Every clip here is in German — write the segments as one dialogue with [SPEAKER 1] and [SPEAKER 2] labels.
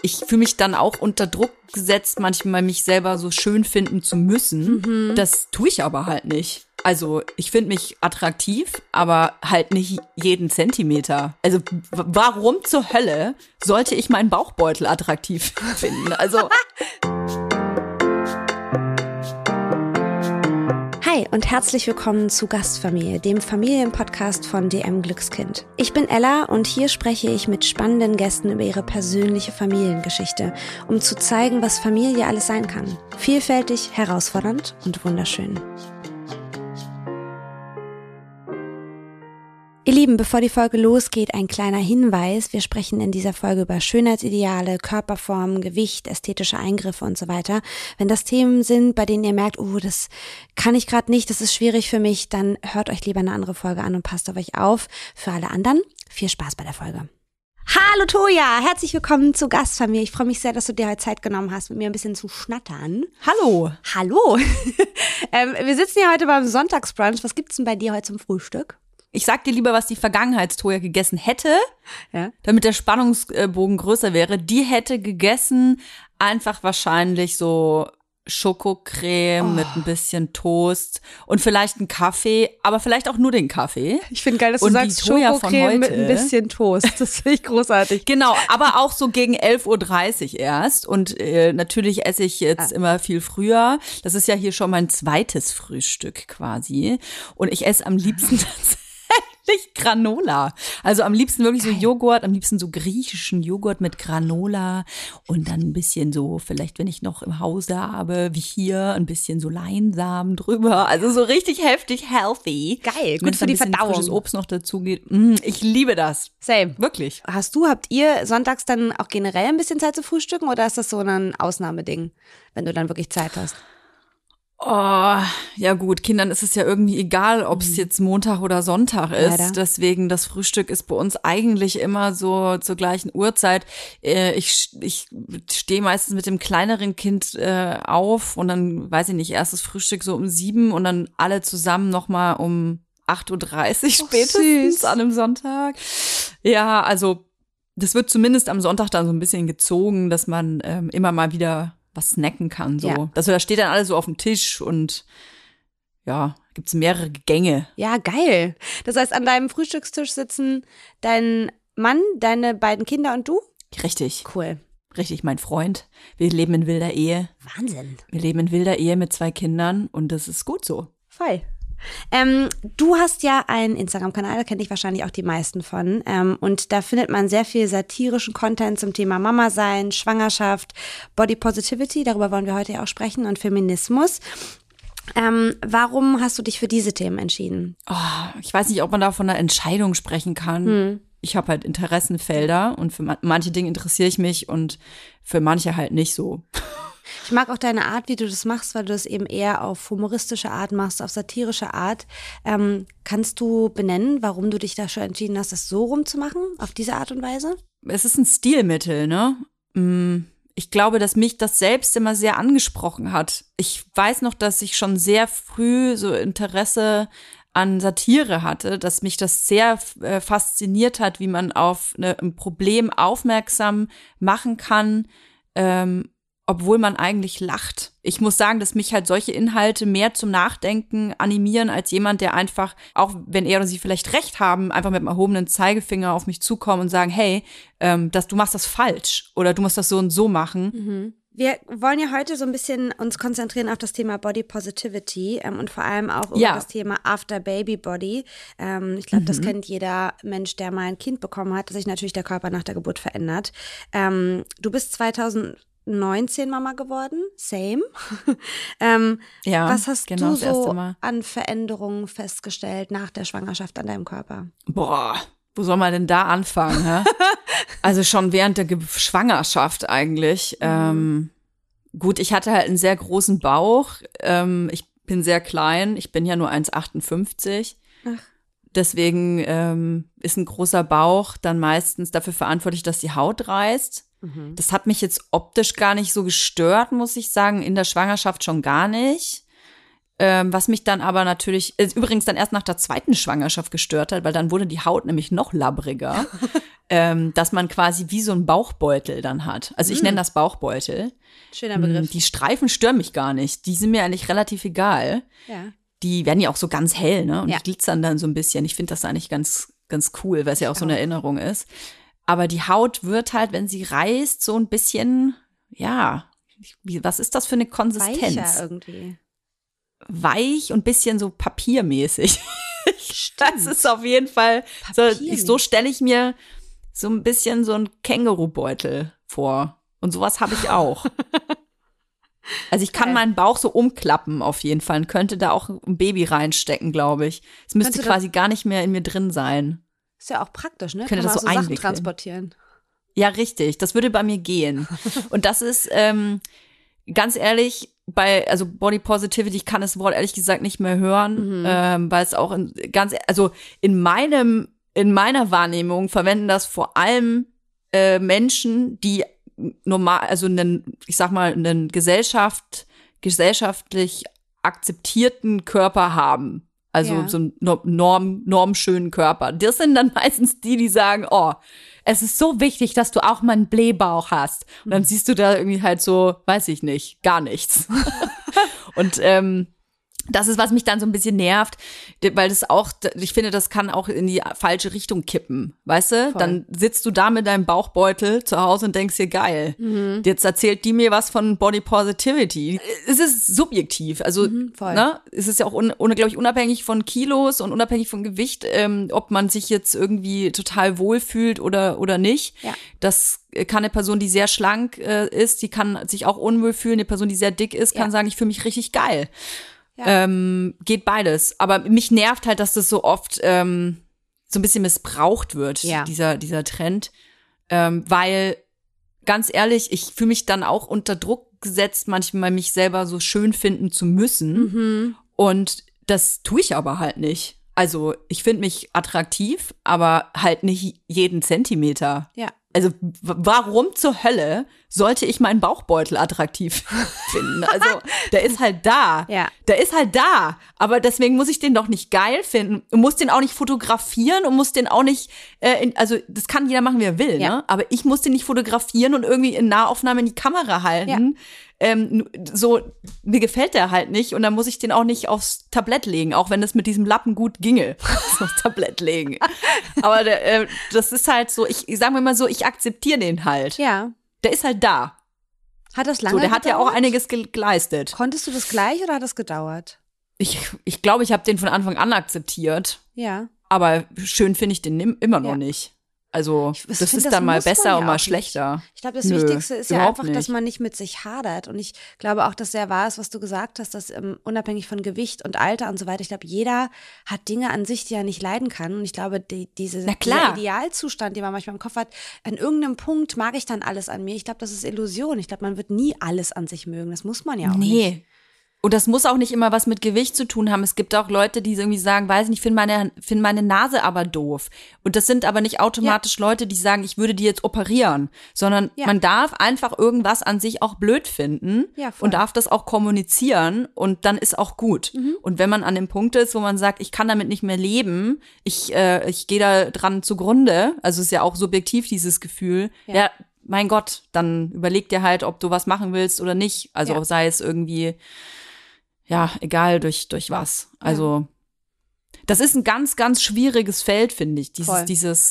[SPEAKER 1] ich fühle mich dann auch unter Druck gesetzt, manchmal mich selber so schön finden zu müssen. Das tue ich aber halt nicht. Also ich finde mich attraktiv, aber halt nicht jeden Zentimeter. Also warum zur Hölle sollte ich meinen Bauchbeutel attraktiv finden? Also
[SPEAKER 2] Hi und herzlich willkommen zu Gastfamilie, dem Familienpodcast von DM Glückskind. Ich bin Ella und hier spreche ich mit spannenden Gästen über ihre persönliche Familiengeschichte, um zu zeigen, was Familie alles sein kann. Vielfältig, herausfordernd und wunderschön. Ihr Lieben, bevor die Folge losgeht, ein kleiner Hinweis. Wir sprechen in dieser Folge über Schönheitsideale, Körperformen, Gewicht, ästhetische Eingriffe und so weiter. Wenn das Themen sind, bei denen ihr merkt, das kann ich gerade nicht, das ist schwierig für mich, dann hört euch lieber eine andere Folge an und passt auf euch auf. Für alle anderen, viel Spaß bei der Folge. Hallo Toja, herzlich willkommen zu Gastfamilie. Ich freue mich sehr, dass du dir heute Zeit genommen hast, mit mir ein bisschen zu schnattern.
[SPEAKER 1] hallo.
[SPEAKER 2] Hallo. Wir sitzen hier heute beim Sonntagsbrunch. Was gibt's denn bei dir heute zum Frühstück?
[SPEAKER 1] Ich sag dir lieber, was die Vergangenheitstoja gegessen hätte,
[SPEAKER 2] Ja.
[SPEAKER 1] damit der Spannungsbogen größer wäre. Die hätte gegessen einfach wahrscheinlich so Schokocreme mit ein bisschen Toast und vielleicht einen Kaffee, aber vielleicht auch nur den Kaffee.
[SPEAKER 2] Ich finde geil, dass du
[SPEAKER 1] Und
[SPEAKER 2] sagst,
[SPEAKER 1] die Toja von
[SPEAKER 2] Schokocreme mit
[SPEAKER 1] heute-
[SPEAKER 2] ein bisschen Toast. Das finde ich großartig.
[SPEAKER 1] Genau, aber auch so gegen 11:30 Uhr erst. Und natürlich esse ich jetzt immer viel früher. Das ist ja hier schon mein zweites Frühstück quasi. Und ich esse am liebsten tatsächlich Granola. Also am liebsten wirklich so Joghurt, am liebsten so griechischen Joghurt mit Granola und dann ein bisschen so, vielleicht wenn ich noch im Hause habe, wie hier, ein bisschen so Leinsamen drüber. Also so richtig heftig healthy.
[SPEAKER 2] Geil,
[SPEAKER 1] Wenn
[SPEAKER 2] gut für die
[SPEAKER 1] ein bisschen
[SPEAKER 2] Verdauung.
[SPEAKER 1] frisches Obst noch dazu geht. Ich liebe das.
[SPEAKER 2] Same.
[SPEAKER 1] Wirklich.
[SPEAKER 2] Habt ihr sonntags dann auch generell ein bisschen Zeit zu frühstücken oder ist das so ein Ausnahmeding, wenn du dann wirklich Zeit hast?
[SPEAKER 1] Oh, ja gut, Kindern ist es ja irgendwie egal, ob es jetzt Montag oder Sonntag ist.
[SPEAKER 2] Leider.
[SPEAKER 1] Deswegen, das Frühstück ist bei uns eigentlich immer so zur gleichen Uhrzeit. Ich stehe meistens mit dem kleineren Kind auf und dann, weiß ich nicht, erstes Frühstück so um 7 und dann alle zusammen nochmal um 8:30 Uhr spätestens
[SPEAKER 2] süß.
[SPEAKER 1] an einem Sonntag. Ja, also das wird zumindest am Sonntag dann so ein bisschen gezogen, dass man immer mal wieder was snacken kann, so.
[SPEAKER 2] Ja.
[SPEAKER 1] Also da steht dann alles so auf dem Tisch und ja, gibt's mehrere Gänge.
[SPEAKER 2] Ja, geil. Das heißt, an deinem Frühstückstisch sitzen dein Mann, deine beiden Kinder und du?
[SPEAKER 1] Richtig,
[SPEAKER 2] Cool.
[SPEAKER 1] richtig, mein Freund. Wir leben in wilder Ehe.
[SPEAKER 2] Wahnsinn.
[SPEAKER 1] Wir leben in wilder Ehe mit 2 Kindern und das ist gut so.
[SPEAKER 2] Voll. Du hast ja einen Instagram-Kanal, da kenne ich wahrscheinlich auch die meisten von. Und da findet man sehr viel satirischen Content zum Thema Mama sein, Schwangerschaft, Body Positivity, darüber wollen wir heute ja auch sprechen, und Feminismus. Warum hast du dich für diese Themen entschieden?
[SPEAKER 1] Oh, ich weiß nicht, ob man da von einer Entscheidung sprechen kann. Ich habe halt Interessenfelder und für manche Dinge interessiere ich mich und für manche halt nicht so.
[SPEAKER 2] Ich mag auch deine Art, wie du das machst, weil du das eben eher auf humoristische Art machst, auf satirische Art. Kannst du benennen, warum du dich da schon entschieden hast, das so rumzumachen, auf diese Art und Weise?
[SPEAKER 1] Es ist ein Stilmittel, ne? Ich glaube, dass mich das selbst immer sehr angesprochen hat. Ich weiß noch, dass ich schon sehr früh so Interesse an Satire hatte, dass mich das sehr fasziniert hat, wie man auf ein Problem aufmerksam machen kann, obwohl man eigentlich lacht. Ich muss sagen, dass mich halt solche Inhalte mehr zum Nachdenken animieren als jemand, der einfach, auch wenn er oder sie vielleicht recht haben, einfach mit dem erhobenen Zeigefinger auf mich zukommen und sagen, hey, du machst das falsch oder du musst das so und so machen.
[SPEAKER 2] Wir wollen ja heute so ein bisschen uns konzentrieren auf das Thema Body Positivity und vor allem auch über das Thema After Baby Body. Ich glaube, das kennt jeder Mensch, der mal ein Kind bekommen hat, dass sich natürlich der Körper nach der Geburt verändert. Du bist 2019 Mama geworden, same.
[SPEAKER 1] Ja,
[SPEAKER 2] was hast
[SPEAKER 1] genau,
[SPEAKER 2] du
[SPEAKER 1] das erste
[SPEAKER 2] so
[SPEAKER 1] Mal.
[SPEAKER 2] an Veränderungen festgestellt nach der Schwangerschaft an deinem Körper?
[SPEAKER 1] Boah, wo soll man denn da anfangen? Hä? Also schon während der Schwangerschaft eigentlich. Gut, ich hatte halt einen sehr großen Bauch. Ich bin sehr klein. Ich bin ja nur 1,58.
[SPEAKER 2] Ach.
[SPEAKER 1] Deswegen ist ein großer Bauch dann meistens dafür verantwortlich, dass die Haut reißt. Das hat mich jetzt optisch gar nicht so gestört, muss ich sagen. In der Schwangerschaft schon gar nicht. Was mich dann aber natürlich, übrigens dann erst nach der zweiten Schwangerschaft gestört hat, weil dann wurde die Haut nämlich noch labbriger. dass man quasi wie so einen Bauchbeutel dann hat. Also ich nenne das Bauchbeutel.
[SPEAKER 2] Schöner Begriff.
[SPEAKER 1] Die Streifen stören mich gar nicht. Die sind mir eigentlich relativ egal.
[SPEAKER 2] Ja.
[SPEAKER 1] Die werden ja auch so ganz hell, ne? Und
[SPEAKER 2] Ja.
[SPEAKER 1] die glitzern dann so ein bisschen. Ich finde das eigentlich ganz, ganz cool, weil es ja auch so eine Erinnerung ist. Aber die Haut wird halt, wenn sie reißt, so ein bisschen, ja, was ist das für eine Konsistenz?
[SPEAKER 2] Weicher irgendwie.
[SPEAKER 1] Weich und ein bisschen so papiermäßig. Das ist auf jeden Fall, so stelle ich mir so ein bisschen so ein Kängurubeutel vor. Und sowas habe ich auch. Also ich kann meinen Bauch so umklappen auf jeden Fall und könnte da auch ein Baby reinstecken, glaube ich. Es müsste quasi gar nicht mehr in mir drin sein.
[SPEAKER 2] Ist ja auch praktisch, ne?
[SPEAKER 1] Könnte
[SPEAKER 2] Kann man
[SPEAKER 1] das so
[SPEAKER 2] auch Sachen
[SPEAKER 1] einwickeln.
[SPEAKER 2] transportieren.
[SPEAKER 1] Ja, richtig. Das würde bei mir gehen. Und das ist, ganz ehrlich, also Body Positivity, ich kann das Wort ehrlich gesagt nicht mehr hören, weil es auch in meiner Wahrnehmung verwenden das vor allem Menschen, die normal, also einen gesellschaftlich akzeptierten Körper haben. Also so einen normschönen Körper. Das sind dann meistens die sagen, oh, es ist so wichtig, dass du auch mal einen Blähbauch hast. Und dann siehst du da irgendwie halt so, weiß ich nicht, gar nichts. Und das ist, was mich dann so ein bisschen nervt, weil das auch, ich finde, das kann auch in die falsche Richtung kippen, weißt du?
[SPEAKER 2] Voll.
[SPEAKER 1] Dann sitzt du da mit deinem Bauchbeutel zu Hause und denkst dir, geil, jetzt erzählt die mir was von Body Positivity. Es ist subjektiv, also
[SPEAKER 2] voll.
[SPEAKER 1] ne? Es ist ja auch, glaube ich, unabhängig von Kilos und unabhängig von Gewicht, ob man sich jetzt irgendwie total wohlfühlt oder nicht.
[SPEAKER 2] Ja.
[SPEAKER 1] Das kann eine Person, die sehr schlank ist, die kann sich auch unwohl fühlen. Eine Person, die sehr dick ist, kann sagen, ich fühle mich richtig geil.
[SPEAKER 2] Ja.
[SPEAKER 1] Geht beides. Aber mich nervt halt, dass das so oft so ein bisschen missbraucht wird, dieser Trend. Weil, ganz ehrlich, ich fühle mich dann auch unter Druck gesetzt, manchmal mich selber so schön finden zu müssen. Und das tue ich aber halt nicht. Also ich finde mich attraktiv, aber halt nicht jeden Zentimeter.
[SPEAKER 2] Ja.
[SPEAKER 1] Also warum zur Hölle sollte ich meinen Bauchbeutel attraktiv finden? Also der ist halt da.
[SPEAKER 2] Ja.
[SPEAKER 1] Der ist halt da. Aber deswegen muss ich den doch nicht geil finden. Und muss den auch nicht fotografieren und muss den auch nicht, also das kann jeder machen, wie er will, ne? Aber ich muss den nicht fotografieren und irgendwie in Nahaufnahme in die Kamera halten. So, mir gefällt der halt nicht und dann muss ich den auch nicht aufs Tablett legen, auch wenn das mit diesem Lappen gut ginge, aufs Tablett legen. Aber das ist halt so, sagen wir mal so, ich akzeptiere den halt.
[SPEAKER 2] Ja.
[SPEAKER 1] Der ist halt da.
[SPEAKER 2] Hat das lange
[SPEAKER 1] So, der hat ja auch
[SPEAKER 2] gedauert?
[SPEAKER 1] einiges geleistet.
[SPEAKER 2] Konntest du das gleich oder hat das gedauert?
[SPEAKER 1] Ich glaube, ich habe den von Anfang an akzeptiert,
[SPEAKER 2] Ja.
[SPEAKER 1] aber schön finde ich den immer noch nicht. Also, das
[SPEAKER 2] find,
[SPEAKER 1] ist
[SPEAKER 2] das
[SPEAKER 1] dann mal
[SPEAKER 2] muss man
[SPEAKER 1] besser
[SPEAKER 2] ja
[SPEAKER 1] und
[SPEAKER 2] auch
[SPEAKER 1] mal
[SPEAKER 2] nicht.
[SPEAKER 1] schlechter.
[SPEAKER 2] Ich glaube, das
[SPEAKER 1] Nö,
[SPEAKER 2] Wichtigste ist ja
[SPEAKER 1] überhaupt
[SPEAKER 2] einfach, dass
[SPEAKER 1] nicht.
[SPEAKER 2] man nicht mit sich hadert. Und ich glaube auch, dass sehr wahr ist, was du gesagt hast, dass unabhängig von Gewicht und Alter und so weiter, ich glaube, jeder hat Dinge an sich, die er nicht leiden kann. Und ich glaube, dieser Idealzustand, den man manchmal im Kopf hat, an irgendeinem Punkt mag ich dann alles an mir. Ich glaube, das ist Illusion. Ich glaube, man wird nie alles an sich mögen. Das muss man ja auch nicht.
[SPEAKER 1] Nee. Und das muss auch nicht immer was mit Gewicht zu tun haben. Es gibt auch Leute, die irgendwie sagen, weiß nicht, ich finde meine Nase aber doof. Und das sind aber nicht automatisch Leute, die sagen, ich würde die jetzt operieren. Sondern man darf einfach irgendwas an sich auch blöd finden und darf das auch kommunizieren und dann ist auch gut. Und wenn man an dem Punkt ist, wo man sagt, ich kann damit nicht mehr leben, ich gehe da dran zugrunde, also ist ja auch subjektiv dieses Gefühl, ja, mein Gott, dann überleg dir halt, ob du was machen willst oder nicht. Also sei es irgendwie ja, egal durch was. Also das ist ein ganz, ganz schwieriges Feld, finde ich. Dieses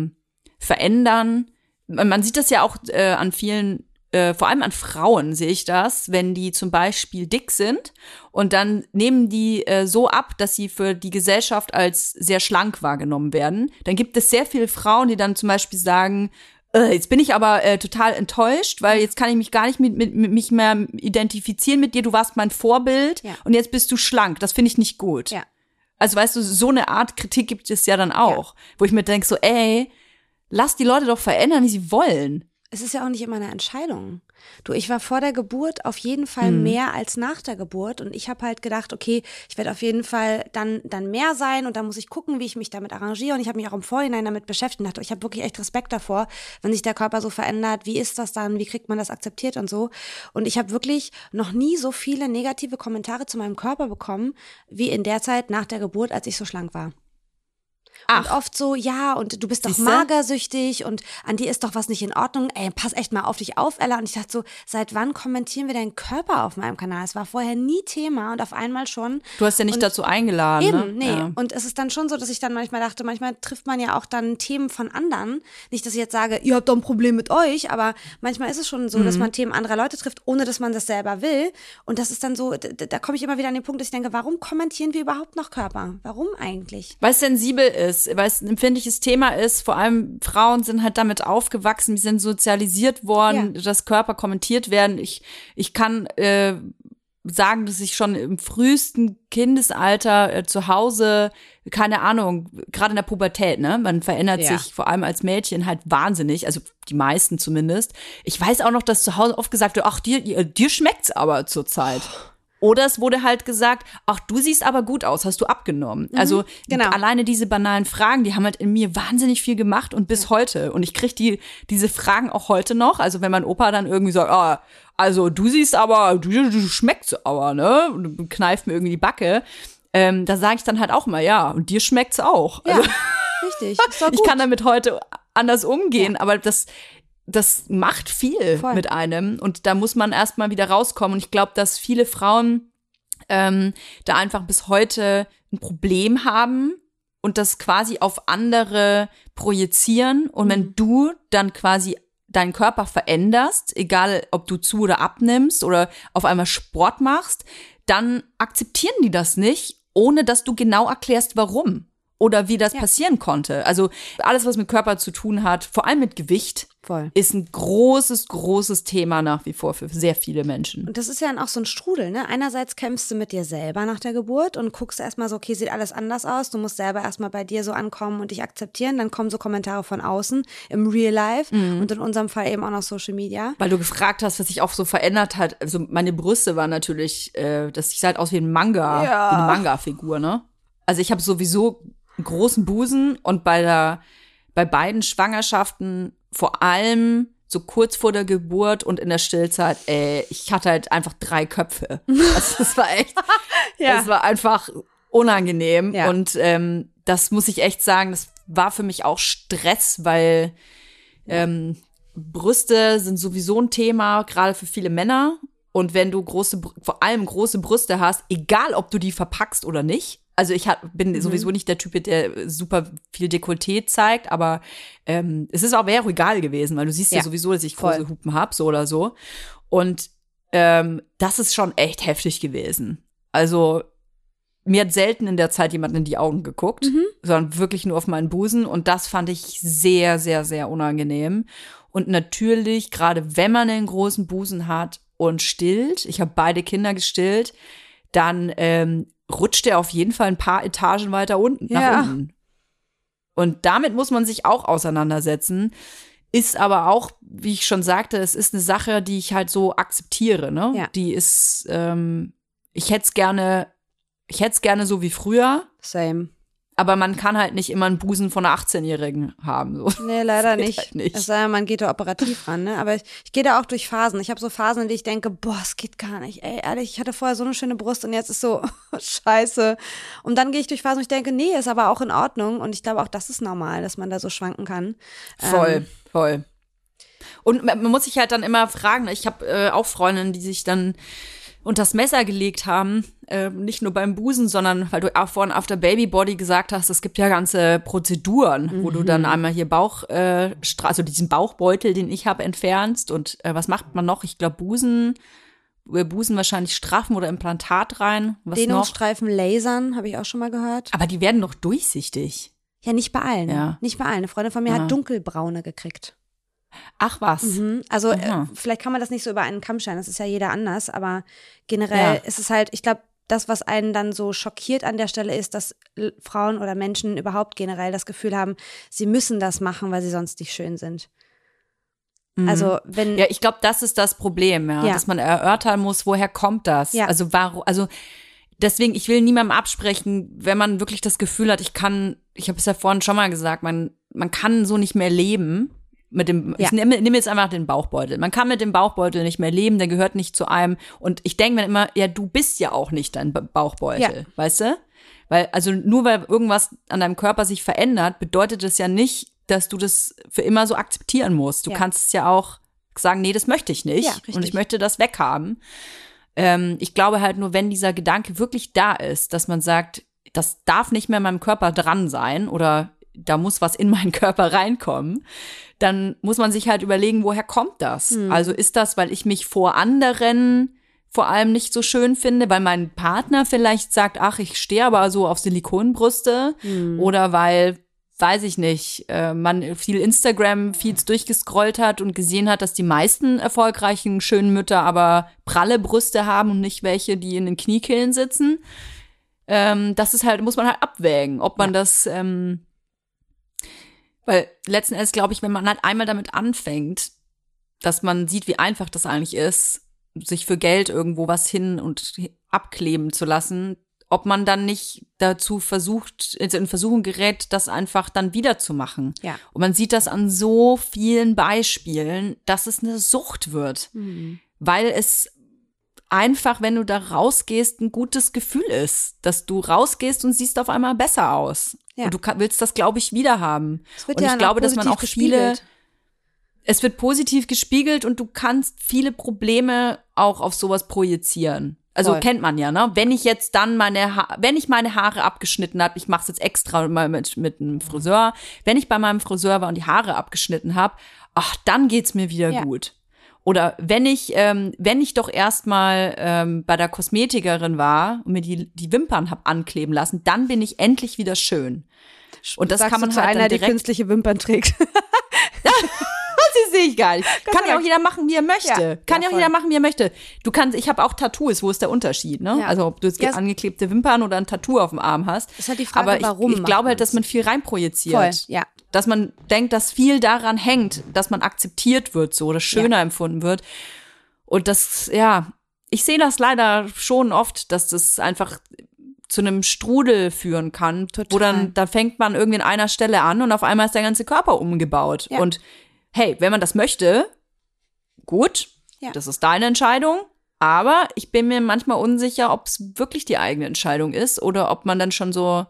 [SPEAKER 1] Verändern. Man sieht das ja auch an vielen, vor allem an Frauen sehe ich das, wenn die zum Beispiel dick sind und dann nehmen die so ab, dass sie für die Gesellschaft als sehr schlank wahrgenommen werden. Dann gibt es sehr viele Frauen, die dann zum Beispiel sagen, jetzt bin ich aber total enttäuscht, weil jetzt kann ich mich gar nicht mit mich mehr identifizieren mit dir. Du warst mein Vorbild und jetzt bist du schlank. Das finde ich nicht gut. Ja. Also weißt du, so eine Art Kritik gibt es ja dann auch, wo ich mir denke so, ey, lass die Leute doch verändern, wie sie wollen.
[SPEAKER 2] Es ist ja auch nicht immer eine Entscheidung. Du, ich war vor der Geburt auf jeden Fall mehr als nach der Geburt und ich habe halt gedacht, okay, ich werde auf jeden Fall dann mehr sein und dann muss ich gucken, wie ich mich damit arrangiere und ich habe mich auch im Vorhinein damit beschäftigt und dachte, ich habe wirklich echt Respekt davor, wenn sich der Körper so verändert, wie ist das dann, wie kriegt man das akzeptiert und so und ich habe wirklich noch nie so viele negative Kommentare zu meinem Körper bekommen, wie in der Zeit nach der Geburt, als ich so schlank war. Und oft so, ja, und du bist doch magersüchtig und an dir ist doch was nicht in Ordnung. Ey, pass echt mal auf dich auf, Ella. Und ich dachte so, seit wann kommentieren wir deinen Körper auf meinem Kanal? Es war vorher nie Thema und auf einmal schon.
[SPEAKER 1] Du hast ja nicht dazu eingeladen.
[SPEAKER 2] Eben,
[SPEAKER 1] ne?
[SPEAKER 2] nee.
[SPEAKER 1] Ja.
[SPEAKER 2] Und es ist dann schon so, dass ich dann manchmal dachte, manchmal trifft man ja auch dann Themen von anderen. Nicht, dass ich jetzt sage, ihr habt doch ein Problem mit euch, aber manchmal ist es schon so, dass man Themen anderer Leute trifft, ohne dass man das selber will. Und das ist dann so, da komme ich immer wieder an den Punkt, dass ich denke, warum kommentieren wir überhaupt noch Körper? Warum eigentlich?
[SPEAKER 1] Weil es sensibel ist, weil es ein empfindliches Thema ist. Vor allem Frauen sind halt damit aufgewachsen, die sind sozialisiert worden, dass Körper kommentiert werden. Ich kann sagen, dass ich schon im frühesten Kindesalter zu Hause, keine Ahnung, gerade in der Pubertät, ne, man verändert sich vor allem als Mädchen halt wahnsinnig, also die meisten zumindest. Ich weiß auch noch, dass zu Hause oft gesagt wird, ach, dir schmeckt's aber zurzeit. Oder es wurde halt gesagt, ach, du siehst aber gut aus, hast du abgenommen? Also alleine diese banalen Fragen, die haben halt in mir wahnsinnig viel gemacht und bis heute. Und ich kriege diese Fragen auch heute noch. Also wenn mein Opa dann irgendwie sagt, ah, also du siehst aber, du schmeckst aber, ne? Und kneift mir irgendwie die Backe. Da sage ich dann halt auch mal, ja, und dir schmeckt's auch.
[SPEAKER 2] Ja,
[SPEAKER 1] also,
[SPEAKER 2] richtig. Ist doch gut.
[SPEAKER 1] Ich kann damit heute anders umgehen, aber das macht viel mit einem und da muss man erstmal wieder rauskommen. Und ich glaube, dass viele Frauen da einfach bis heute ein Problem haben und das quasi auf andere projizieren. Und wenn du dann quasi deinen Körper veränderst, egal ob du zu oder abnimmst oder auf einmal Sport machst, dann akzeptieren die das nicht, ohne dass du genau erklärst, warum. Oder wie das passieren konnte. Also alles, was mit Körper zu tun hat, vor allem mit Gewicht, ist ein großes Thema nach wie vor für sehr viele Menschen.
[SPEAKER 2] Und das ist ja dann auch so ein Strudel, ne? Einerseits kämpfst du mit dir selber nach der Geburt und guckst erstmal so, okay, sieht alles anders aus. Du musst selber erstmal bei dir so ankommen und dich akzeptieren. Dann kommen so Kommentare von außen im Real Life und in unserem Fall eben auch noch Social Media.
[SPEAKER 1] Weil du gefragt hast, was sich auch so verändert hat. Also meine Brüste waren natürlich, das sieht halt aus wie ein Manga, wie eine Manga-Figur, ne? Also ich habe sowieso einen großen Busen und bei beiden Schwangerschaften, vor allem so kurz vor der Geburt und in der Stillzeit, ich hatte halt einfach 3 Köpfe. Also das war echt, das war einfach unangenehm. Ja. Und das muss ich echt sagen, das war für mich auch Stress, weil Brüste sind sowieso ein Thema, gerade für viele Männer. Und wenn du vor allem große Brüste hast, egal ob du die verpackst oder nicht, also ich bin sowieso nicht der Typ, der super viel Dekolleté zeigt, aber wäre auch egal gewesen, weil du siehst ja sowieso, dass ich große Hupen habe, so oder so. Und das ist schon echt heftig gewesen. Also mir hat selten in der Zeit jemand in die Augen geguckt, sondern wirklich nur auf meinen Busen. Und das fand ich sehr, sehr, sehr unangenehm. Und natürlich, gerade wenn man einen großen Busen hat und stillt, ich habe beide Kinder gestillt, dann rutscht er auf jeden Fall ein paar Etagen weiter nach unten. Und damit muss man sich auch auseinandersetzen. Ist aber auch, wie ich schon sagte, es ist eine Sache, die ich halt so akzeptiere. Ne? Ja. Die ist, ich hätte es gerne so wie früher.
[SPEAKER 2] Same.
[SPEAKER 1] Aber man kann halt nicht immer einen Busen von einer 18-Jährigen haben. So.
[SPEAKER 2] Nee, leider nicht. Halt nicht. Es sei denn, man geht da operativ ran, ne? Aber ich gehe da auch durch Phasen. Ich habe so Phasen, in denen ich denke, boah, es geht gar nicht. Ey, ehrlich, ich hatte vorher so eine schöne Brust und jetzt ist so scheiße. Und dann gehe ich durch Phasen, wo ich denke, nee, ist aber auch in Ordnung. Und ich glaube, auch das ist normal, dass man da so schwanken kann.
[SPEAKER 1] Voll. Und man muss sich halt dann immer fragen, ich habe auch Freundinnen, die sich dann unters Messer gelegt haben, nicht nur beim Busen, sondern, weil du auch vorhin auf der Babybody gesagt hast, es gibt ja ganze Prozeduren, wo du dann einmal hier also diesen Bauchbeutel, den ich habe, entfernst und was macht man noch? Ich glaube Busen wahrscheinlich straffen oder Implantat rein. Was
[SPEAKER 2] Dehnungsstreifen lasern, habe ich auch schon mal gehört.
[SPEAKER 1] Aber die werden doch durchsichtig.
[SPEAKER 2] Ja, nicht bei allen. Ja. Nicht bei allen. Eine Freundin von mir hat dunkelbraune gekriegt.
[SPEAKER 1] Ach was.
[SPEAKER 2] Also vielleicht kann man das nicht so über einen Kamm scheren, das ist ja jeder anders, aber generell ist es halt, ich glaube, das, was einen dann so schockiert an der Stelle ist, dass Frauen oder Menschen überhaupt generell das Gefühl haben, sie müssen das machen, weil sie sonst nicht schön sind. Also wenn
[SPEAKER 1] ich glaube, das ist das Problem, dass man erörtern muss, woher kommt das? Ja. Also deswegen, ich will niemandem absprechen, wenn man wirklich das Gefühl hat, ich habe es ja vorhin schon mal gesagt, man kann so nicht mehr leben. Ich nehme jetzt einfach den Bauchbeutel. Man kann mit dem Bauchbeutel nicht mehr leben, der gehört nicht zu einem. Und ich denke mir immer, ja, du bist ja auch nicht dein Bauchbeutel, weißt du? Weil, also nur weil irgendwas an deinem Körper sich verändert, bedeutet das ja nicht, dass du das für immer so akzeptieren musst. Du kannst es ja auch sagen, nee, das möchte ich nicht und ich möchte das weghaben. Ich glaube halt nur, wenn dieser Gedanke wirklich da ist, dass man sagt, das darf nicht mehr in meinem Körper dran sein oder da muss was in meinen Körper reinkommen, dann muss man sich halt überlegen, woher kommt das? Also ist das, weil ich mich vor anderen vor allem nicht so schön finde, weil mein Partner vielleicht sagt, ach, ich stehe aber so auf Silikonbrüste oder weil, weiß ich nicht, man viel Instagram-Feeds durchgescrollt hat und gesehen hat, dass die meisten erfolgreichen, schönen Mütter aber pralle Brüste haben und nicht welche, die in den Kniekehlen sitzen. Das ist halt, muss man halt abwägen, ob man das, weil letzten Endes glaube ich, wenn man halt einmal damit anfängt, dass man sieht, wie einfach das eigentlich ist, sich für Geld irgendwo was hin und abkleben zu lassen, ob man dann nicht dazu versucht, in Versuchung gerät, das einfach dann wieder zu machen. Ja. Und man sieht das an so vielen Beispielen, dass es eine Sucht wird. Weil es einfach, wenn du da rausgehst, ein gutes Gefühl ist, dass du rausgehst und siehst auf einmal besser aus. Ja. Und du willst das, glaube ich, wieder haben. Und ich glaube, dass man auch es wird positiv gespiegelt und du kannst viele Probleme auch auf sowas projizieren. Also kennt man ja, ne? Wenn ich jetzt dann meine Haare abgeschnitten habe, ich mache es jetzt extra mal mit einem Friseur, wenn ich bei meinem Friseur war und die Haare abgeschnitten habe, ach, dann geht's mir wieder gut. Oder wenn ich doch erstmal bei der Kosmetikerin war und mir die Wimpern hab ankleben lassen, dann bin ich endlich wieder schön. Und das kann man halt dann direkt,
[SPEAKER 2] die künstliche Wimpern trägt.
[SPEAKER 1] Das sehe ich gar nicht. Kann ja auch jeder machen, wie er möchte. Jeder machen, wie er möchte. Ich habe auch Tattoos, wo ist der Unterschied, ne? Ja. Also ob du jetzt angeklebte Wimpern oder ein Tattoo auf dem Arm hast.
[SPEAKER 2] Das ist halt die Frage,
[SPEAKER 1] aber
[SPEAKER 2] warum.
[SPEAKER 1] Ich glaube halt, dass man viel reinprojiziert.
[SPEAKER 2] Voll, ja.
[SPEAKER 1] Dass man denkt, dass viel daran hängt, dass man akzeptiert wird, so, oder schöner empfunden wird. Und das, ich sehe das leider schon oft, dass das einfach zu einem Strudel führen kann, wo da fängt man irgendwie an einer Stelle an und auf einmal ist der ganze Körper umgebaut. Ja. Und hey, wenn man das möchte, gut, das ist deine Entscheidung, aber ich bin mir manchmal unsicher, ob es wirklich die eigene Entscheidung ist oder ob man dann schon so,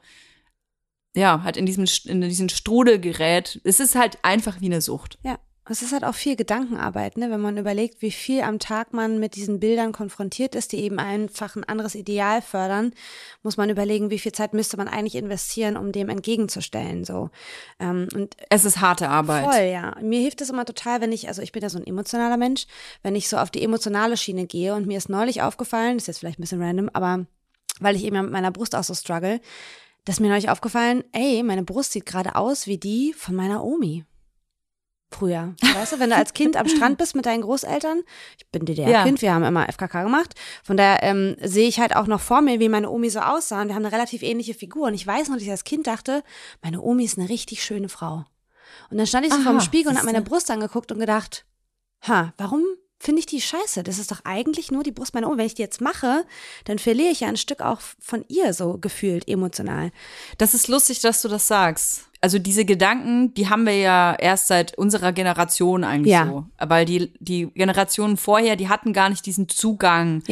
[SPEAKER 1] halt in diesen Strudel gerät. Es ist halt einfach wie eine Sucht.
[SPEAKER 2] Ja. Es ist halt auch viel Gedankenarbeit, ne? Wenn man überlegt, wie viel am Tag man mit diesen Bildern konfrontiert ist, die eben einfach ein anderes Ideal fördern, muss man überlegen, wie viel Zeit müsste man eigentlich investieren, um dem entgegenzustellen. So. Und
[SPEAKER 1] es ist harte Arbeit.
[SPEAKER 2] Voll, ja. Mir hilft es immer total, ich bin ja so ein emotionaler Mensch, wenn ich so auf die emotionale Schiene gehe und mir ist neulich aufgefallen, das ist jetzt vielleicht ein bisschen random, aber weil ich eben mit meiner Brust auch so struggle, dass mir neulich aufgefallen, meine Brust sieht gerade aus wie die von meiner Omi. Früher, weißt du, wenn du als Kind am Strand bist mit deinen Großeltern, ich bin DDR-Kind, wir haben immer FKK gemacht, von daher sehe ich halt auch noch vor mir, wie meine Omi so aussah und wir haben eine relativ ähnliche Figur und ich weiß noch, dass ich als Kind dachte, meine Omi ist eine richtig schöne Frau. Und dann stand ich so vor dem Spiegel und habe meine Brust angeguckt und gedacht, warum finde ich die scheiße? Das ist doch eigentlich nur die Brust meiner Omi. Wenn ich die jetzt mache, dann verliere ich ja ein Stück auch von ihr so gefühlt, emotional.
[SPEAKER 1] Das ist lustig, dass du das sagst. Also diese Gedanken, die haben wir ja erst seit unserer Generation eigentlich so. Weil die Generationen vorher, die hatten gar nicht diesen Zugang,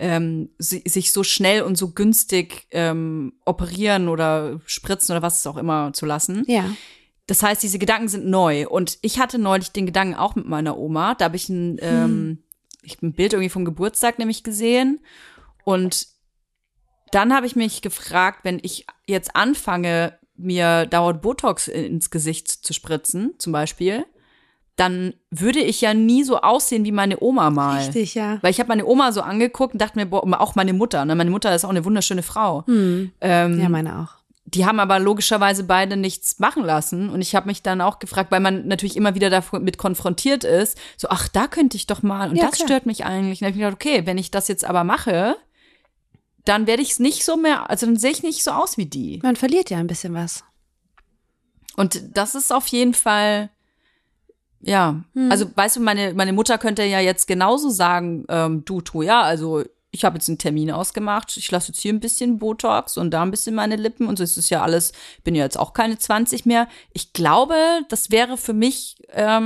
[SPEAKER 1] sich so schnell und so günstig operieren oder spritzen oder was es auch immer zu lassen.
[SPEAKER 2] Ja.
[SPEAKER 1] Das heißt, diese Gedanken sind neu. Und ich hatte neulich den Gedanken auch mit meiner Oma. Da habe ich ein Bild irgendwie vom Geburtstag nämlich gesehen. Und dann habe ich mich gefragt, wenn ich jetzt anfange, mir dauernd Botox ins Gesicht zu spritzen, zum Beispiel, dann würde ich ja nie so aussehen wie meine Oma mal.
[SPEAKER 2] Richtig, ja.
[SPEAKER 1] Weil ich habe meine Oma so angeguckt und dachte mir, boah, auch meine Mutter. Ne? Meine Mutter ist auch eine wunderschöne Frau.
[SPEAKER 2] Ja, meine auch.
[SPEAKER 1] Die haben aber logischerweise beide nichts machen lassen. Und ich habe mich dann auch gefragt, weil man natürlich immer wieder damit konfrontiert ist, so, ach, da könnte ich doch mal. Und das stört mich eigentlich. Und dann habe ich gedacht, okay, wenn ich das jetzt aber mache, dann werde ich es nicht so mehr, also dann sehe ich nicht so aus wie die.
[SPEAKER 2] Man verliert ja ein bisschen was.
[SPEAKER 1] Und das ist auf jeden Fall, also weißt du, meine Mutter könnte ja jetzt genauso sagen, also ich habe jetzt einen Termin ausgemacht, ich lasse jetzt hier ein bisschen Botox und da ein bisschen meine Lippen und so ist es ja alles, bin ja jetzt auch keine 20 mehr. Ich glaube, das wäre für mich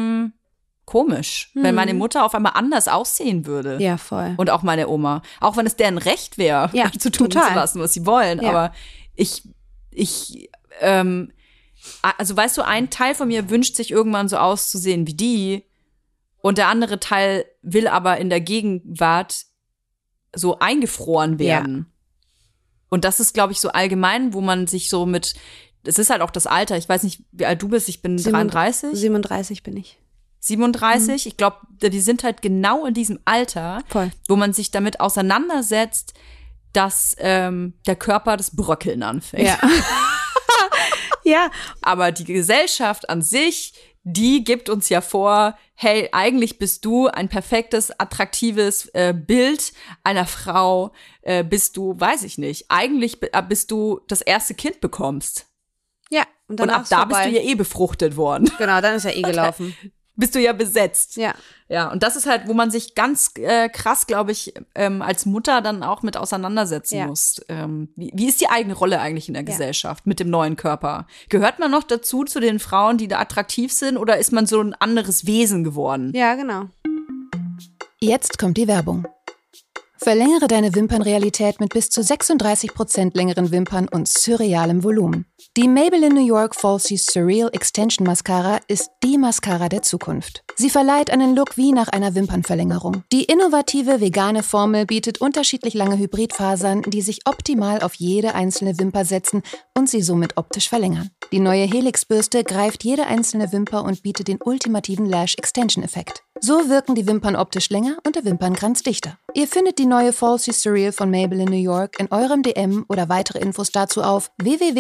[SPEAKER 1] komisch, wenn meine Mutter auf einmal anders aussehen würde.
[SPEAKER 2] Ja, voll.
[SPEAKER 1] Und auch meine Oma. Auch wenn es deren Recht wäre, zu tun zu lassen, was sie wollen. Ja. Aber also weißt du, ein Teil von mir wünscht sich irgendwann so auszusehen wie die und der andere Teil will aber in der Gegenwart so eingefroren werden. Ja. Und das ist, glaube ich, so allgemein, wo man sich so es ist halt auch das Alter, ich weiß nicht, wie alt du bist, ich bin 33.
[SPEAKER 2] 37 bin ich.
[SPEAKER 1] 37, ich glaube, die sind halt genau in diesem Alter,
[SPEAKER 2] voll,
[SPEAKER 1] wo man sich damit auseinandersetzt, dass der Körper das Bröckeln anfängt.
[SPEAKER 2] Ja. Ja.
[SPEAKER 1] Aber die Gesellschaft an sich, die gibt uns ja vor, hey, eigentlich bist du ein perfektes, attraktives Bild einer Frau, bist du, weiß ich nicht, eigentlich bist du das erste Kind bekommst.
[SPEAKER 2] Ja.
[SPEAKER 1] Und ab da bist du ja befruchtet worden.
[SPEAKER 2] Genau, dann ist ja gelaufen.
[SPEAKER 1] Bist du ja besetzt.
[SPEAKER 2] Ja.
[SPEAKER 1] Ja, und das ist halt, wo man sich ganz krass, glaube ich, als Mutter dann auch mit auseinandersetzen muss. Wie ist die eigene Rolle eigentlich in der Gesellschaft mit dem neuen Körper? Gehört man noch dazu, zu den Frauen, die da attraktiv sind, oder ist man so ein anderes Wesen geworden?
[SPEAKER 2] Ja, genau.
[SPEAKER 3] Jetzt kommt die Werbung. Verlängere deine Wimpernrealität mit bis zu 36% längeren Wimpern und surrealem Volumen. Die Maybelline New York Falsies Surreal Extension Mascara ist die Mascara der Zukunft. Sie verleiht einen Look wie nach einer Wimpernverlängerung. Die innovative vegane Formel bietet unterschiedlich lange Hybridfasern, die sich optimal auf jede einzelne Wimper setzen und sie somit optisch verlängern. Die neue Helix-Bürste greift jede einzelne Wimper und bietet den ultimativen Lash-Extension-Effekt. So wirken die Wimpern optisch länger und der Wimpernkranz dichter. Ihr findet die neue Falsie Surreal von Maybelline New York in eurem DM oder weitere Infos dazu auf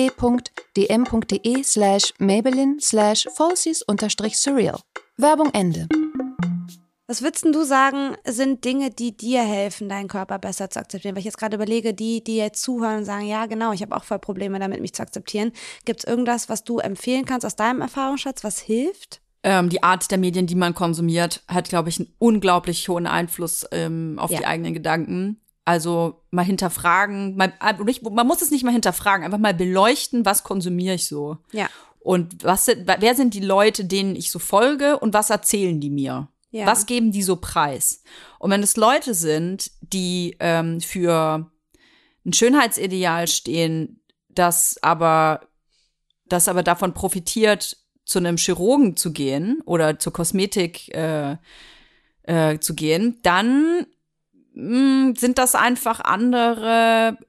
[SPEAKER 3] www.dm.de/Maybelline/Falsies_surreal. Werbung Ende.
[SPEAKER 2] Was würdest du sagen, sind Dinge, die dir helfen, deinen Körper besser zu akzeptieren? Weil ich jetzt gerade überlege, die jetzt zuhören und sagen, ja genau, ich habe auch voll Probleme damit, mich zu akzeptieren. Gibt es irgendwas, was du empfehlen kannst aus deinem Erfahrungsschatz, was hilft?
[SPEAKER 1] Die Art der Medien, die man konsumiert, hat, glaube ich, einen unglaublich hohen Einfluss auf die eigenen Gedanken. Also mal hinterfragen, man muss es nicht mal hinterfragen, einfach mal beleuchten, was konsumiere ich so.
[SPEAKER 2] Ja.
[SPEAKER 1] Und wer sind die Leute, denen ich so folge und was erzählen die mir? Ja. Was geben die so preis? Und wenn es Leute sind, die für ein Schönheitsideal stehen, das aber davon profitiert, zu einem Chirurgen zu gehen oder zur Kosmetik zu gehen, dann sind das einfach andere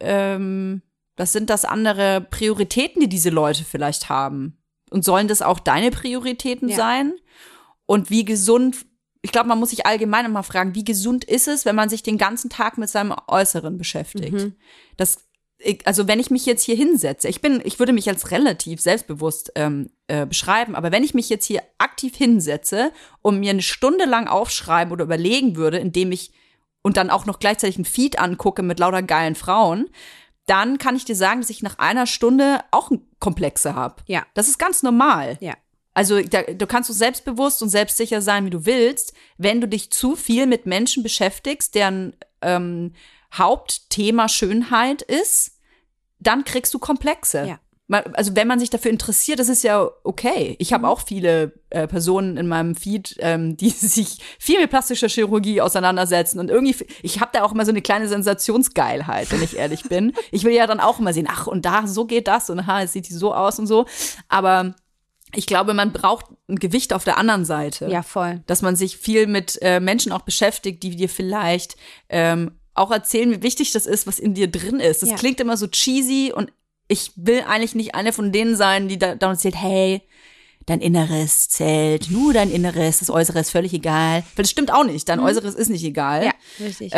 [SPEAKER 1] Prioritäten, die diese Leute vielleicht haben. Und sollen das auch deine Prioritäten sein? Und wie gesund, ich glaube, man muss sich allgemein immer fragen, wie gesund ist es, wenn man sich den ganzen Tag mit seinem Äußeren beschäftigt? Mhm. Also wenn ich mich jetzt hier hinsetze, ich würde mich als relativ selbstbewusst beschreiben, aber wenn ich mich jetzt hier aktiv hinsetze und mir eine Stunde lang aufschreiben oder überlegen würde, indem ich und dann auch noch gleichzeitig ein Feed angucke mit lauter geilen Frauen, dann kann ich dir sagen, dass ich nach einer Stunde auch Komplexe habe.
[SPEAKER 2] Ja.
[SPEAKER 1] Das ist ganz normal.
[SPEAKER 2] Ja.
[SPEAKER 1] Also du kannst so selbstbewusst und selbstsicher sein, wie du willst, wenn du dich zu viel mit Menschen beschäftigst, deren Hauptthema Schönheit ist, dann kriegst du Komplexe.
[SPEAKER 2] Ja.
[SPEAKER 1] Also wenn man sich dafür interessiert, das ist ja okay. Ich habe auch viele Personen in meinem Feed, die sich viel mit plastischer Chirurgie auseinandersetzen und irgendwie, ich habe da auch immer so eine kleine Sensationsgeilheit, wenn ich ehrlich bin. Ich will ja dann auch immer sehen, ach und da, so geht das und jetzt sieht die so aus und so. Aber ich glaube, man braucht ein Gewicht auf der anderen Seite.
[SPEAKER 2] Ja, voll.
[SPEAKER 1] Dass man sich viel mit Menschen auch beschäftigt, die dir vielleicht auch erzählen, wie wichtig das ist, was in dir drin ist. Das klingt immer so cheesy und ich will eigentlich nicht eine von denen sein, die da erzählt, hey, dein Inneres zählt, nur dein Inneres, das Äußere ist völlig egal. Weil das stimmt auch nicht, dein Äußeres ist nicht egal.
[SPEAKER 2] Ja, richtig.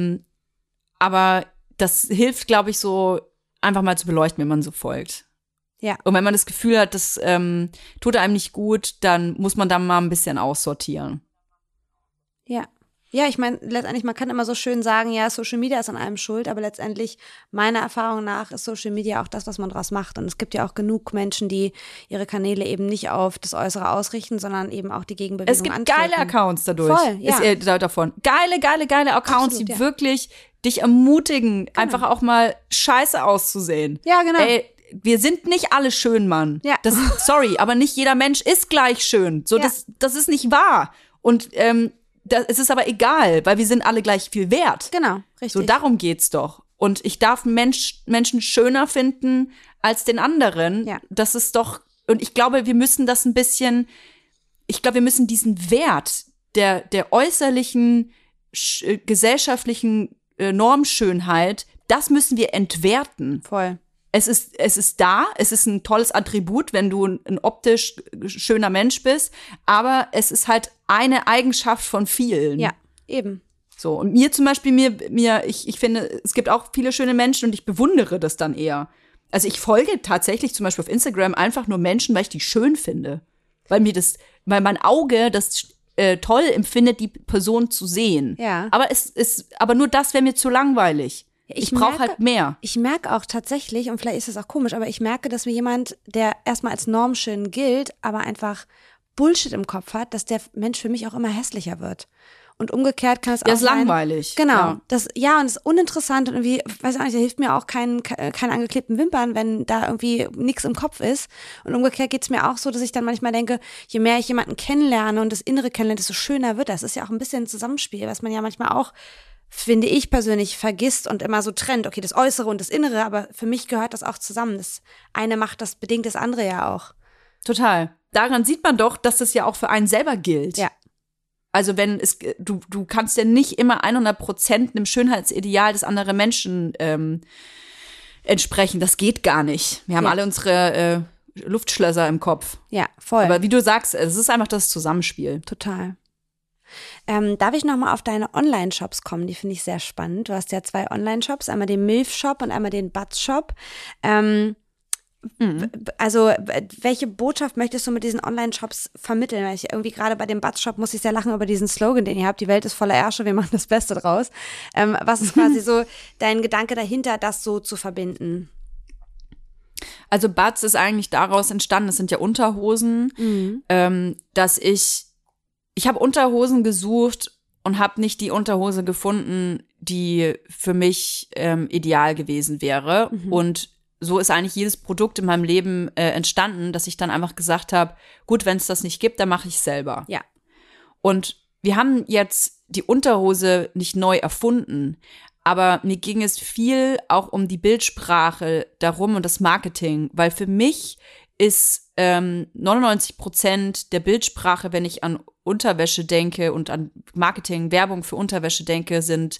[SPEAKER 1] Aber das hilft, glaube ich, so einfach mal zu beleuchten, wenn man so folgt.
[SPEAKER 2] Ja.
[SPEAKER 1] Und wenn man das Gefühl hat, das tut einem nicht gut, dann muss man da mal ein bisschen aussortieren.
[SPEAKER 2] Ja. Ja, ich meine, letztendlich, man kann immer so schön sagen, ja, Social Media ist an allem schuld, aber letztendlich, meiner Erfahrung nach, ist Social Media auch das, was man draus macht. Und es gibt ja auch genug Menschen, die ihre Kanäle eben nicht auf das Äußere ausrichten, sondern eben auch die Gegenbewegung
[SPEAKER 1] Es gibt
[SPEAKER 2] antreten.
[SPEAKER 1] geile Accounts dadurch.
[SPEAKER 2] Voll, ja.
[SPEAKER 1] Davon. Geile Accounts,
[SPEAKER 2] Absolut,
[SPEAKER 1] die wirklich dich ermutigen, einfach auch mal scheiße auszusehen.
[SPEAKER 2] Ja, genau.
[SPEAKER 1] Ey, wir sind nicht alle schön, Mann.
[SPEAKER 2] Ja.
[SPEAKER 1] Sorry, aber nicht jeder Mensch ist gleich schön. So, das ist nicht wahr. Und es ist aber egal, weil wir sind alle gleich viel wert.
[SPEAKER 2] Genau, richtig.
[SPEAKER 1] So, darum geht's doch. Und ich darf Menschen schöner finden als den anderen.
[SPEAKER 2] Ja.
[SPEAKER 1] Das ist doch, und ich glaube, wir müssen das ein bisschen, wir müssen diesen Wert der äußerlichen, gesellschaftlichen Normschönheit, das müssen wir entwerten.
[SPEAKER 2] Voll.
[SPEAKER 1] Es ist da, es ist ein tolles Attribut, wenn du ein optisch schöner Mensch bist, aber es ist halt eine Eigenschaft von vielen.
[SPEAKER 2] Ja, eben.
[SPEAKER 1] So, und mir zum Beispiel, ich finde, es gibt auch viele schöne Menschen und ich bewundere das dann eher. Also ich folge tatsächlich zum Beispiel auf Instagram einfach nur Menschen, weil ich die schön finde. Weil mein Auge das toll empfindet, die Person zu sehen.
[SPEAKER 2] Ja.
[SPEAKER 1] Aber nur das wäre mir zu langweilig. Ich brauche halt mehr.
[SPEAKER 2] Ich merke auch tatsächlich, und vielleicht ist das auch komisch, aber ich merke, dass mir jemand, der erstmal als normschön gilt, aber einfach Bullshit im Kopf hat, dass der Mensch für mich auch immer hässlicher wird. Und umgekehrt kann es auch sein.
[SPEAKER 1] Ja, ist langweilig.
[SPEAKER 2] Genau.
[SPEAKER 1] Ja.
[SPEAKER 2] Und das ist uninteressant und irgendwie, weiß ich auch nicht, da hilft mir auch keine angeklebten Wimpern, wenn da irgendwie nichts im Kopf ist. Und umgekehrt geht's mir auch so, dass ich dann manchmal denke, je mehr ich jemanden kennenlerne und das Innere kennenlerne, desto schöner wird das. Das ist ja auch ein bisschen ein Zusammenspiel, was man ja manchmal auch, finde ich persönlich, vergisst und immer so trennt. Okay, das Äußere und das Innere, aber für mich gehört das auch zusammen. Das eine macht das bedingt das andere ja auch.
[SPEAKER 1] Total. Daran sieht man doch, dass das ja auch für einen selber gilt.
[SPEAKER 2] Ja.
[SPEAKER 1] Also du kannst ja nicht immer 100% einem Schönheitsideal des anderen Menschen entsprechen. Das geht gar nicht. Wir haben alle unsere Luftschlösser im Kopf.
[SPEAKER 2] Ja, voll.
[SPEAKER 1] Aber wie du sagst, es ist einfach das Zusammenspiel.
[SPEAKER 2] Total. Darf ich nochmal auf deine Online-Shops kommen? Die finde ich sehr spannend. Du hast ja 2 Online-Shops, einmal den Milf-Shop und einmal den Butz-Shop. Also, welche Botschaft möchtest du mit diesen Online-Shops vermitteln? Weil ich irgendwie gerade bei dem Butz-Shop muss ich sehr lachen über diesen Slogan, den ihr habt. Die Welt ist voller Ärsche, wir machen das Beste draus. Was ist quasi so dein Gedanke dahinter, das so zu verbinden?
[SPEAKER 1] Also Butz ist eigentlich daraus entstanden, es sind ja Unterhosen, dass ich habe Unterhosen gesucht und habe nicht die Unterhose gefunden, die für mich ideal gewesen wäre. Und so ist eigentlich jedes Produkt in meinem Leben entstanden, dass ich dann einfach gesagt habe, gut, wenn es das nicht gibt, dann mache ich es selber.
[SPEAKER 2] Ja.
[SPEAKER 1] Und wir haben jetzt die Unterhose nicht neu erfunden, aber mir ging es viel auch um die Bildsprache darum und das Marketing, weil für mich ist 99% der Bildsprache, wenn ich an Unterwäsche denke und an Marketing, Werbung für Unterwäsche denke, sind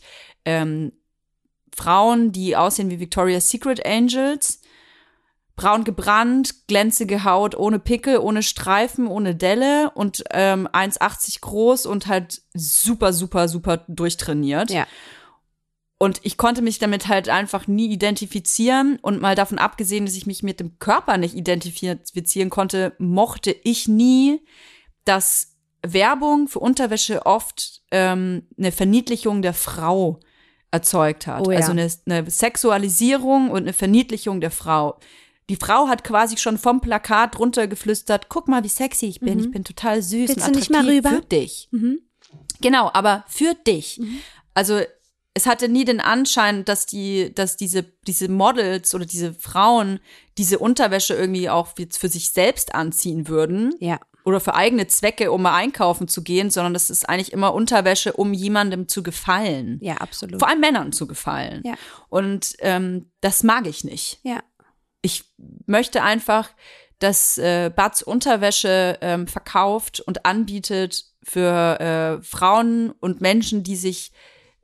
[SPEAKER 1] Frauen, die aussehen wie Victoria's Secret Angels, braun gebrannt, glänzige Haut, ohne Pickel, ohne Streifen, ohne Delle und 1,80 groß und halt super, super, super durchtrainiert.
[SPEAKER 2] Ja.
[SPEAKER 1] Und ich konnte mich damit halt einfach nie identifizieren und mal davon abgesehen, dass ich mich mit dem Körper nicht identifizieren konnte, mochte ich nie, dass Werbung für Unterwäsche oft eine Verniedlichung der Frau erzeugt hat.
[SPEAKER 2] Oh ja.
[SPEAKER 1] Also eine Sexualisierung und eine Verniedlichung der Frau. Die Frau hat quasi schon vom Plakat runtergeflüstert, guck mal, wie sexy ich bin. Ich bin total süß
[SPEAKER 2] Willst
[SPEAKER 1] und
[SPEAKER 2] du nicht mal rüber?
[SPEAKER 1] für dich. Genau, aber für dich. Also es hatte nie den Anschein, dass diese Models oder diese Frauen diese Unterwäsche irgendwie auch jetzt für sich selbst anziehen würden.
[SPEAKER 2] Ja.
[SPEAKER 1] Oder für eigene Zwecke, um mal einkaufen zu gehen, sondern das ist eigentlich immer Unterwäsche, um jemandem zu gefallen.
[SPEAKER 2] Ja, absolut.
[SPEAKER 1] Vor allem Männern zu gefallen.
[SPEAKER 2] Ja.
[SPEAKER 1] Und das mag ich nicht.
[SPEAKER 2] Ja.
[SPEAKER 1] Ich möchte einfach, dass Butz Unterwäsche verkauft und anbietet für Frauen und Menschen, die sich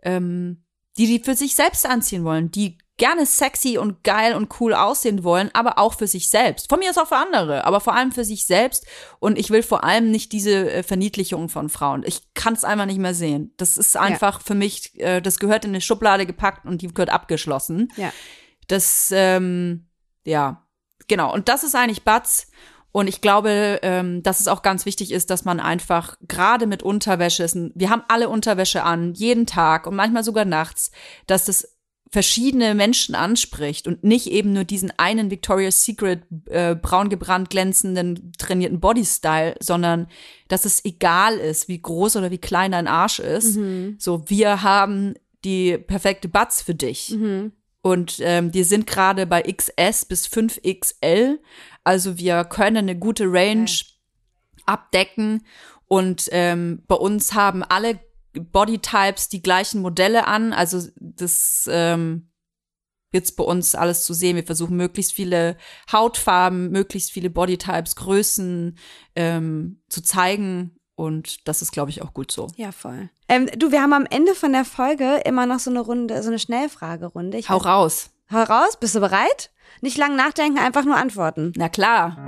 [SPEAKER 1] die für sich selbst anziehen wollen, die gerne sexy und geil und cool aussehen wollen, aber auch für sich selbst. Von mir ist auch für andere, aber vor allem für sich selbst. Und ich will vor allem nicht diese Verniedlichung von Frauen. Ich kann es einfach nicht mehr sehen. Das ist einfach für mich, das gehört in eine Schublade gepackt und die gehört abgeschlossen.
[SPEAKER 2] Ja.
[SPEAKER 1] Das, genau. Und das ist eigentlich Butz. Und ich glaube, dass es auch ganz wichtig ist, dass man einfach gerade mit Unterwäsche, wir haben alle Unterwäsche an, jeden Tag und manchmal sogar nachts, dass das verschiedene Menschen anspricht und nicht eben nur diesen einen Victoria's Secret braun gebrannt glänzenden trainierten Bodystyle, sondern dass es egal ist, wie groß oder wie klein dein Arsch ist. So, wir haben die perfekte Butz für dich. Und die sind gerade bei XS bis 5XL. Also wir können eine gute Range abdecken. Und bei uns haben alle Bodytypes die gleichen Modelle an. Also das jetzt bei uns alles zu sehen. Wir versuchen möglichst viele Hautfarben, möglichst viele Bodytypes, Größen zu zeigen. Und das ist, glaube ich, auch gut so.
[SPEAKER 2] Ja, voll. Du, wir haben am Ende von der Folge immer noch so eine Runde, so eine Schnellfragerunde.
[SPEAKER 1] Hau raus.
[SPEAKER 2] Hau raus, bist du bereit? Nicht lang nachdenken, einfach nur antworten.
[SPEAKER 1] Na klar.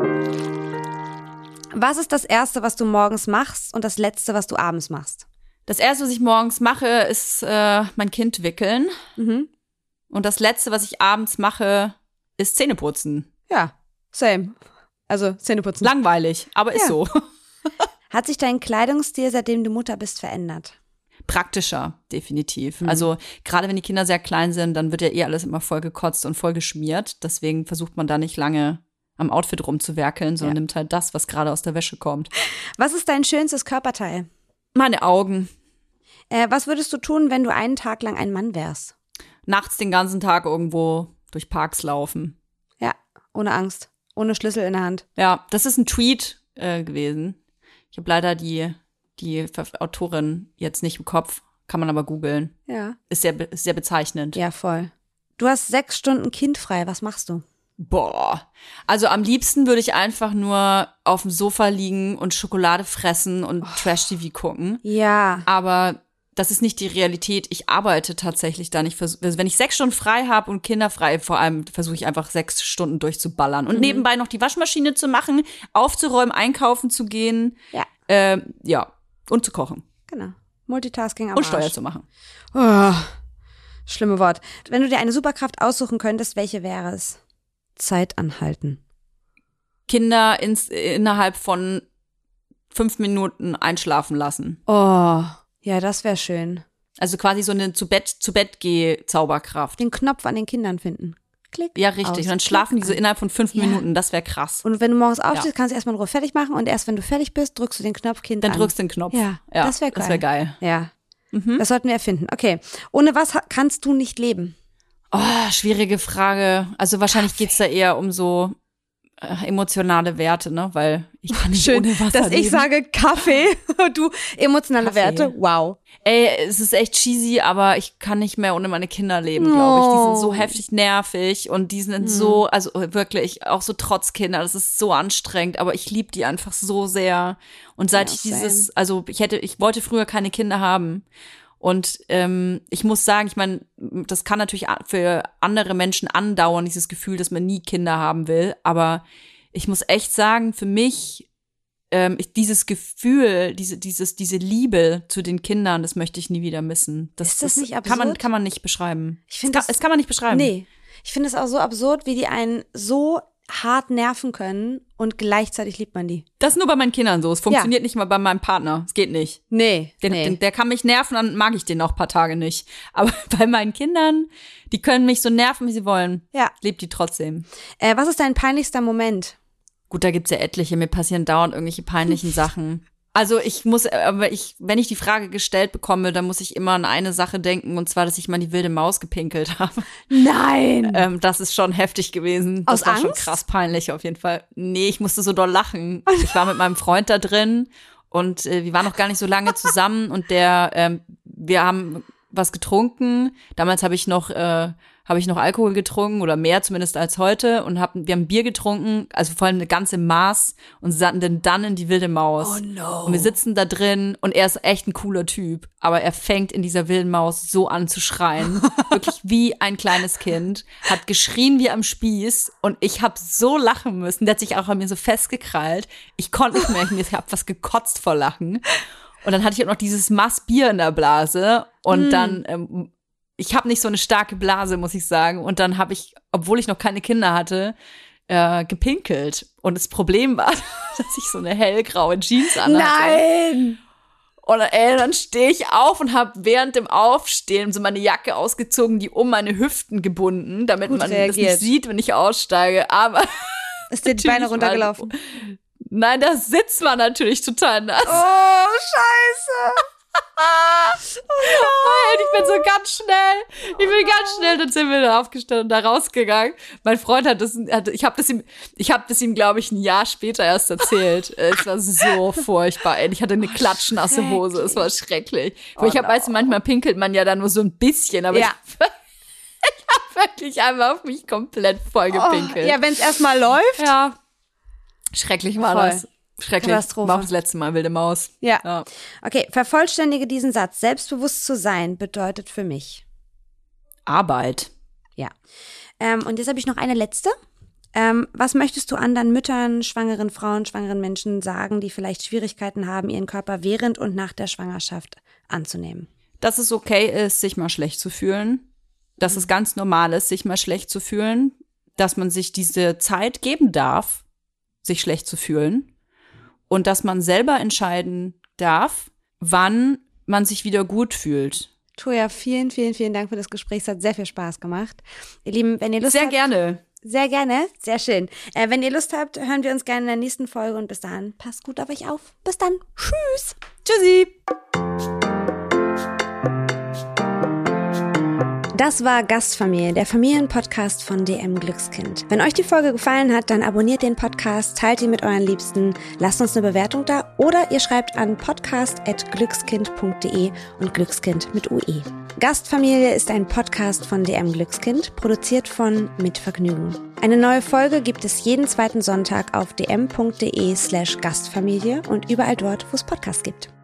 [SPEAKER 2] Was ist das Erste, was du morgens machst und das Letzte, was du abends machst?
[SPEAKER 1] Das Erste, was ich morgens mache, ist mein Kind wickeln.
[SPEAKER 2] Mhm.
[SPEAKER 1] Und das Letzte, was ich abends mache, ist Zähneputzen.
[SPEAKER 2] Ja, same. Also Zähneputzen.
[SPEAKER 1] Langweilig, aber ist so.
[SPEAKER 2] Hat sich dein Kleidungsstil, seitdem du Mutter bist, verändert?
[SPEAKER 1] Praktischer, definitiv. Also gerade wenn die Kinder sehr klein sind, dann wird ja alles immer voll gekotzt und voll geschmiert. Deswegen versucht man da nicht lange am Outfit rumzuwerkeln, sondern nimmt halt das, was gerade aus der Wäsche kommt.
[SPEAKER 2] Was ist dein schönstes Körperteil?
[SPEAKER 1] Meine Augen.
[SPEAKER 2] Was würdest du tun, wenn du einen Tag lang ein Mann wärst?
[SPEAKER 1] Nachts den ganzen Tag irgendwo durch Parks laufen.
[SPEAKER 2] Ja, ohne Angst. Ohne Schlüssel in der Hand.
[SPEAKER 1] Ja, das ist ein Tweet gewesen. Ich habe leider die Autorin jetzt nicht im Kopf, kann man aber googeln.
[SPEAKER 2] Ja.
[SPEAKER 1] Ist sehr bezeichnend.
[SPEAKER 2] Ja, voll. Du hast 6 Stunden kindfrei, was machst du?
[SPEAKER 1] Boah. Also am liebsten würde ich einfach nur auf dem Sofa liegen und Schokolade fressen und Trash-TV gucken.
[SPEAKER 2] Ja.
[SPEAKER 1] Aber das ist nicht die Realität. Ich arbeite tatsächlich da nicht. Also wenn ich 6 Stunden frei habe und kinderfrei, vor allem versuche ich einfach 6 Stunden durchzuballern. Und nebenbei noch die Waschmaschine zu machen, aufzuräumen, einkaufen zu gehen.
[SPEAKER 2] Ja.
[SPEAKER 1] Und zu kochen.
[SPEAKER 2] Genau. Multitasking am
[SPEAKER 1] Und
[SPEAKER 2] Arsch.
[SPEAKER 1] Steuer zu machen.
[SPEAKER 2] Oh, schlimme Wort. Wenn du dir eine Superkraft aussuchen könntest, welche wäre es? Zeit anhalten.
[SPEAKER 1] Kinder innerhalb von 5 Minuten einschlafen lassen.
[SPEAKER 2] Oh, ja, das wäre schön.
[SPEAKER 1] Also quasi so eine Zu-Bett-Geh-Zauberkraft.
[SPEAKER 2] Den Knopf an den Kindern finden. Klick.
[SPEAKER 1] Ja, richtig.
[SPEAKER 2] Aus.
[SPEAKER 1] Und dann schlafen die so innerhalb von 5
[SPEAKER 2] Ja.
[SPEAKER 1] Minuten. Das wäre krass.
[SPEAKER 2] Und wenn du morgens aufstehst, kannst du erstmal in Ruhe fertig machen und erst wenn du fertig bist, drückst du den Knopf Kind
[SPEAKER 1] Dann
[SPEAKER 2] an.
[SPEAKER 1] drückst du den Knopf.
[SPEAKER 2] Ja, das wäre geil.
[SPEAKER 1] Das wäre geil.
[SPEAKER 2] Ja. Das sollten wir erfinden. Okay. Ohne was kannst du nicht leben?
[SPEAKER 1] Oh, schwierige Frage. Also wahrscheinlich geht's da eher um so emotionale Werte, ne? Weil ich kann nicht ohne Wasser
[SPEAKER 2] dass
[SPEAKER 1] leben.
[SPEAKER 2] ich sage Kaffee und du emotionale
[SPEAKER 1] Kaffee.
[SPEAKER 2] Werte. Wow.
[SPEAKER 1] Ey, es ist echt cheesy, aber ich kann nicht mehr ohne meine Kinder leben, glaube ich. Die sind so heftig nervig und die sind so, also wirklich, auch so Trotzkinder. Das ist so anstrengend, aber ich liebe die einfach so sehr. Und seit ich ich wollte früher keine Kinder haben. Und ich muss sagen, ich meine, das kann natürlich für andere Menschen andauern, dieses Gefühl, dass man nie Kinder haben will. Aber ich muss echt sagen, für mich dieses Gefühl, diese Liebe zu den Kindern, das möchte ich nie wieder missen.
[SPEAKER 2] Ist das nicht absurd?
[SPEAKER 1] Kann man nicht beschreiben.
[SPEAKER 2] Ich finde
[SPEAKER 1] das kann man nicht beschreiben.
[SPEAKER 2] Nee. Ich finde es auch so absurd, wie die einen so hart nerven können und gleichzeitig liebt man die.
[SPEAKER 1] Das ist nur bei meinen Kindern so. Es funktioniert nicht mal bei meinem Partner. Es geht nicht.
[SPEAKER 2] Nee.
[SPEAKER 1] Der kann mich nerven, dann mag ich den auch ein paar Tage nicht. Aber bei meinen Kindern, die können mich so nerven, wie sie wollen.
[SPEAKER 2] Ja.
[SPEAKER 1] Lebt die trotzdem.
[SPEAKER 2] Was ist dein peinlichster Moment?
[SPEAKER 1] Gut, da gibt's ja etliche. Mir passieren dauernd irgendwelche peinlichen Sachen. Also wenn ich die Frage gestellt bekomme, dann muss ich immer an eine Sache denken, und zwar, dass ich mal die wilde Maus gepinkelt habe.
[SPEAKER 2] Nein!
[SPEAKER 1] Das ist schon heftig gewesen.
[SPEAKER 2] Aus
[SPEAKER 1] Das war schon
[SPEAKER 2] Angst?
[SPEAKER 1] krass peinlich auf jeden Fall. Nee, ich musste so doll lachen. Ich war mit meinem Freund da drin und wir waren noch gar nicht so lange zusammen und wir haben was getrunken. Damals habe ich noch Alkohol getrunken oder mehr zumindest als heute und wir haben Bier getrunken, also vor allem eine ganze Maß und saßen dann in die wilde Maus.
[SPEAKER 2] Oh no.
[SPEAKER 1] Und wir sitzen da drin und er ist echt ein cooler Typ, aber er fängt in dieser wilden Maus so an zu schreien, wirklich wie ein kleines Kind, hat geschrien wie am Spieß und ich habe so lachen müssen, der hat sich auch an mir so festgekrallt. Ich konnte nicht mehr, ich habe was gekotzt vor Lachen. Und dann hatte ich auch noch dieses Maß Bier in der Blase und dann ich habe nicht so eine starke Blase, muss ich sagen. Und dann habe ich, obwohl ich noch keine Kinder hatte, gepinkelt. Und das Problem war, dass ich so eine hellgraue Jeans anhatte.
[SPEAKER 2] Nein!
[SPEAKER 1] Und dann stehe ich auf und habe während dem Aufstehen so meine Jacke ausgezogen, die um meine Hüften gebunden, damit man das nicht sieht, wenn ich aussteige. Aber
[SPEAKER 2] ist dir die Beine runtergelaufen?
[SPEAKER 1] Nein, der Sitz war natürlich total nass.
[SPEAKER 2] Oh, scheiße!
[SPEAKER 1] Und ich bin so ganz schnell, dann sind wir da aufgestanden und da rausgegangen. Mein Freund ich habe das ihm, glaube ich, ein Jahr später erst erzählt. Es war so furchtbar, ey. Ich hatte eine klatschnasse Hose, es war schrecklich. Weißt du, manchmal pinkelt man ja da nur so ein bisschen, aber ich habe wirklich einmal auf mich komplett vollgepinkelt.
[SPEAKER 2] Ja, wenn es erstmal läuft.
[SPEAKER 1] Ja. Schrecklich war
[SPEAKER 2] Voll.
[SPEAKER 1] das. Schrecklich.
[SPEAKER 2] Katastrophe.
[SPEAKER 1] War auch das letzte Mal wilde Maus.
[SPEAKER 2] Ja. Okay, vervollständige diesen Satz. Selbstbewusst zu sein bedeutet für mich.
[SPEAKER 1] Arbeit.
[SPEAKER 2] Ja. Und jetzt habe ich noch eine letzte. Was möchtest du anderen Müttern, schwangeren Frauen, schwangeren Menschen sagen, die vielleicht Schwierigkeiten haben, ihren Körper während und nach der Schwangerschaft anzunehmen?
[SPEAKER 1] Dass es okay ist, sich mal schlecht zu fühlen. Dass es ganz normal ist, sich mal schlecht zu fühlen. Dass man sich diese Zeit geben darf, sich schlecht zu fühlen. Und dass man selber entscheiden darf, wann man sich wieder gut fühlt.
[SPEAKER 2] Toja, vielen, vielen, vielen Dank für das Gespräch. Es hat sehr viel Spaß gemacht. Ihr Lieben, wenn ihr Lust
[SPEAKER 1] Sehr
[SPEAKER 2] habt.
[SPEAKER 1] gerne.
[SPEAKER 2] Sehr gerne, sehr schön. Wenn ihr Lust habt, hören wir uns gerne in der nächsten Folge und bis dahin, passt gut auf euch auf. Bis dann. Tschüss.
[SPEAKER 1] Tschüssi.
[SPEAKER 2] Das war Gastfamilie, der Familienpodcast von DM Glückskind. Wenn euch die Folge gefallen hat, dann abonniert den Podcast, teilt ihn mit euren Liebsten, lasst uns eine Bewertung da oder ihr schreibt an podcast@glückskind.de und Glückskind mit UE. Gastfamilie ist ein Podcast von DM Glückskind, produziert von Mit Vergnügen. Eine neue Folge gibt es jeden zweiten Sonntag auf dm.de/Gastfamilie und überall dort, wo es Podcasts gibt.